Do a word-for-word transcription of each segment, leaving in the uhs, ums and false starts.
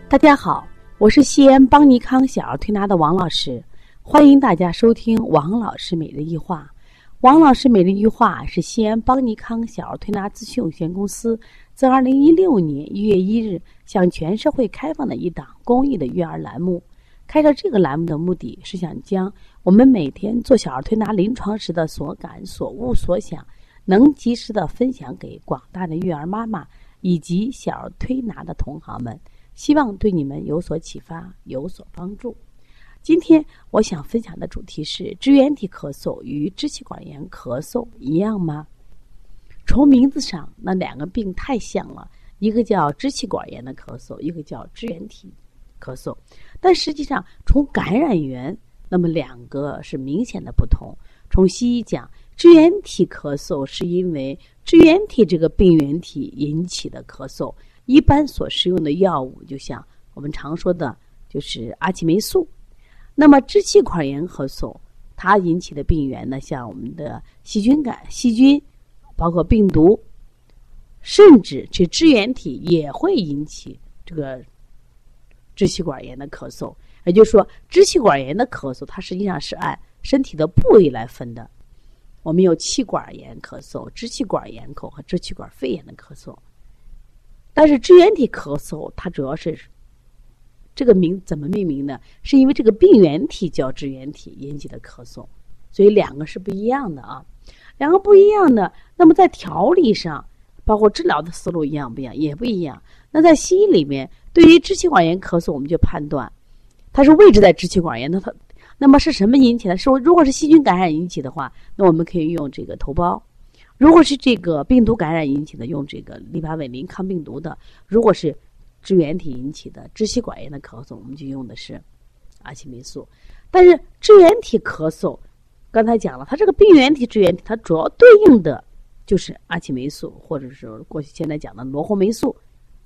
大家好，我是西安邦尼康小儿推拿的王老师，欢迎大家收听王老师每日一话。王老师每日一话是西安邦尼康小儿推拿咨询有限公司自二零一六年一月一日向全社会开放的一档公益的育儿栏目。开设这个栏目的目的是想将我们每天做小儿推拿临床时的所感所悟所想，能及时的分享给广大的育儿妈妈以及小儿推拿的同行们，希望对你们有所启发，有所帮助。今天我想分享的主题是：支原体咳嗽与支气管炎咳嗽一样吗？从名字上，那两个病太像了，一个叫支气管炎的咳嗽，一个叫支原体咳嗽。但实际上，从感染源，那么两个是明显的不同。从西医讲，支原体咳嗽是因为支原体这个病原体引起的咳嗽，一般所使用的药物就像我们常说的就是阿奇霉素。那么支气管炎咳嗽它引起的病源呢，像我们的细菌感细菌包括病毒，甚至这支原体也会引起这个支气管炎的咳嗽。也就是说，支气管炎的咳嗽它实际上是按身体的部位来分的，我们有气管炎咳嗽、支气管炎口和支气管肺炎的咳嗽。但是支原体咳嗽它主要是这个名怎么命名呢？是因为这个病原体叫支原体引起的咳嗽，所以两个是不一样的啊。两个不一样的，那么在调理上，包括治疗的思路一样不一样？也不一样。那在西医里面，对于支气管炎咳嗽，我们就判断它是位置在支气管炎，那它那么是什么引起的？是如果是细菌感染引起的话，那我们可以用这个头孢。如果是这个病毒感染引起的，用这个利巴韦林抗病毒的；如果是支原体引起的支气管炎的咳嗽，我们就用的是阿奇霉素。但是支原体咳嗽，刚才讲了，它这个病原体支原体，它主要对应的就是阿奇霉素，或者是过去现在讲的罗红霉素。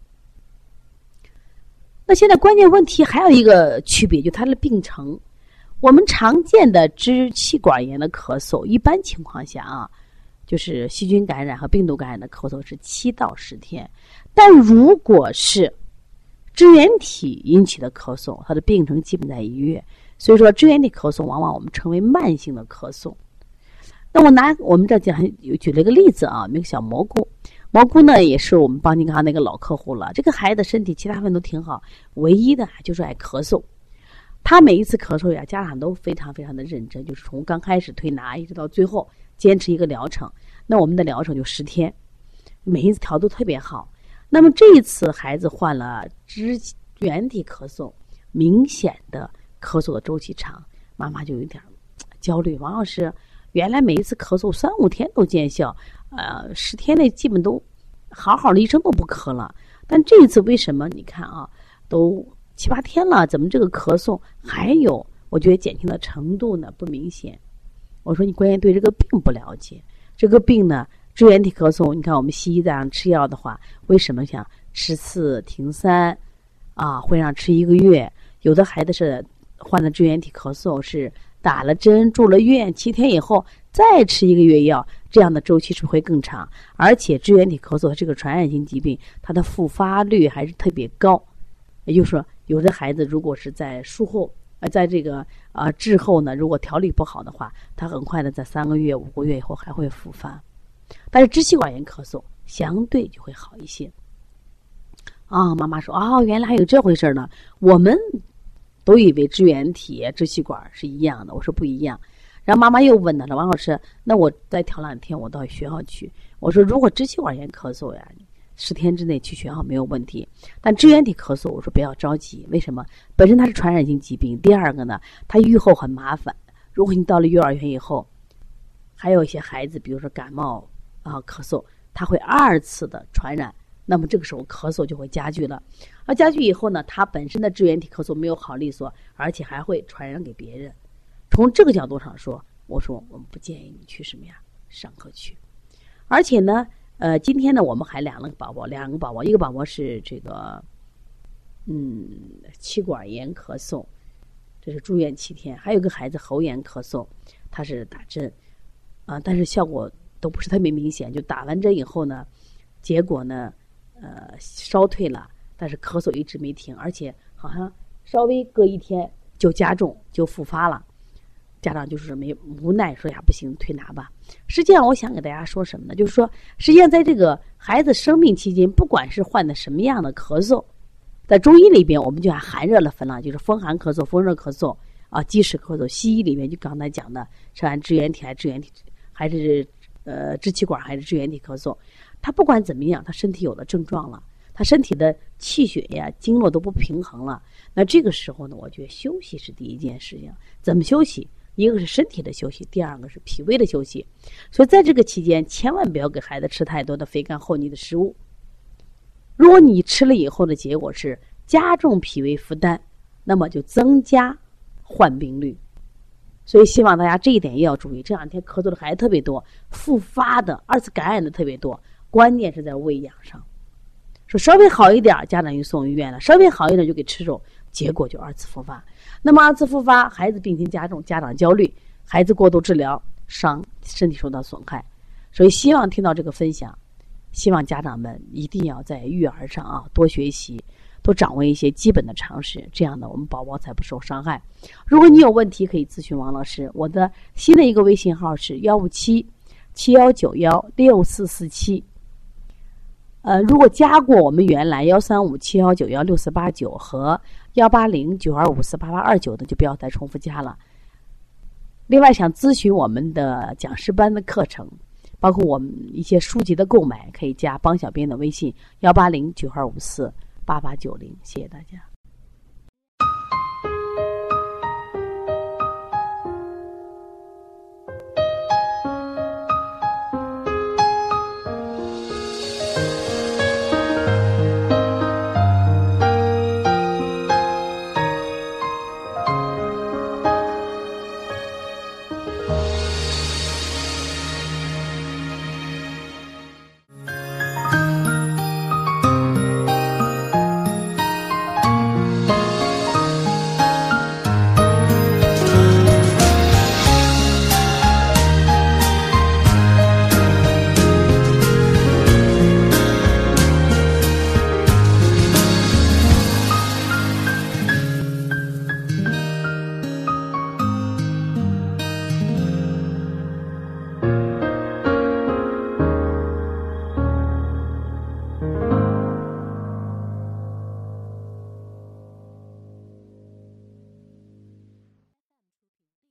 那现在关键问题还有一个区别，就它的病程。我们常见的支气管炎的咳嗽，一般情况下啊，就是细菌感染和病毒感染的咳嗽是七到十天，但如果是支原体引起的咳嗽，它的病程基本在一月。所以说，支原体咳嗽往往我们称为慢性的咳嗽。那我拿我们这讲举了一个例子啊，那个小蘑菇，蘑菇呢也是我们邦尼康那个老客户了。这个孩子身体其他方面都挺好，唯一的就是爱咳嗽。他每一次咳嗽呀，家长都非常非常的认真，就是从刚开始推拿一直到最后坚持一个疗程。那我们的疗程就十天，每一次调都特别好。那么这一次孩子患了支原体咳嗽，明显的咳嗽的周期长，妈妈就有点焦虑。王老师，原来每一次咳嗽三五天都见效，呃，十天内基本都好好的，医生都不咳了。但这一次为什么？你看啊，都七八天了，怎么这个咳嗽还有？我觉得减轻的程度呢不明显。我说你关键对这个病不了解，这个病呢，支原体咳嗽，你看我们西医在让吃药的话，为什么想吃四停三啊？会让吃一个月。有的孩子是患了支原体咳嗽，是打了针住了院，七天以后再吃一个月药，这样的周期是会更长。而且支原体咳嗽这个传染性疾病，它的复发率还是特别高。也就是说，有的孩子如果是在术后，呃，在这个呃治后呢，如果调理不好的话，他很快的在三个月、五个月以后还会复发。但是支气管炎咳嗽相对就会好一些。啊，妈妈说，哦，原来还有这回事呢。我们都以为支原体、支气管是一样的，我说不一样。然后妈妈又问他了，王老师，那我再调两天，我到学校去。我说，如果支气管炎咳嗽呀，十天之内去学校没有问题，但支原体咳嗽，我说不要着急。为什么？本身它是传染性疾病，第二个呢，它预后很麻烦。如果你到了幼儿园以后，还有一些孩子，比如说感冒啊、咳嗽，它会二次的传染，那么这个时候咳嗽就会加剧了。而加剧以后呢，它本身的支原体咳嗽没有好利索，而且还会传染给别人。从这个角度上说，我说我们不建议你去什么呀上课去。而且呢，呃，今天呢，我们还两个宝宝，两个宝宝，一个宝宝是这个，嗯，气管炎咳嗽，这是住院七天；还有一个孩子喉炎咳嗽，他是打针，啊、呃，但是效果都不是特别明显。就打完针以后呢，结果呢，呃，烧退了， 但是咳嗽一直没停，而且好像稍微隔一天就加重就复发了。家长就是没无奈说呀，不行，推拿吧。实际上我想给大家说什么呢？就是说实际上在这个孩子生病期间，不管是患的什么样的咳嗽，在中医里边我们就按寒热了分了，就是风寒咳嗽、风热咳嗽啊、积食咳嗽。西医里面就刚才讲的是按支原体还是支原体还是呃支气管还是支原体咳嗽。他不管怎么样，他身体有了症状了，他身体的气血呀经络都不平衡了，那这个时候呢，我觉得休息是第一件事情。怎么休息？一个是身体的休息，第二个是脾胃的休息。所以在这个期间千万不要给孩子吃太多的肥甘厚腻的食物。如果你吃了以后的结果是加重脾胃负担，那么就增加患病率。所以希望大家这一点也要注意。这两天咳嗽的孩子特别多，复发的二次感染的特别多，关键是在喂养上。说稍微好一点家长就送医院了，稍微好一点就给吃肉，结果就二次复发。那么二次复发，孩子病情加重，家长焦虑，孩子过度治疗，伤身体受到损害。所以希望听到这个分享，希望家长们一定要在育儿上啊多学习，多掌握一些基本的常识，这样呢我们宝宝才不受伤害。如果你有问题可以咨询王老师，我的新的一个微信号是幺五七七幺九幺六四四七。呃，如果加过我们原来幺三五七幺九幺六四八九和幺八零九二五四八八二九的，就不要再重复加了。另外，想咨询我们的讲师班的课程，包括我们一些书籍的购买，可以加帮小编的微信幺八零九二五四八八九零。谢谢大家。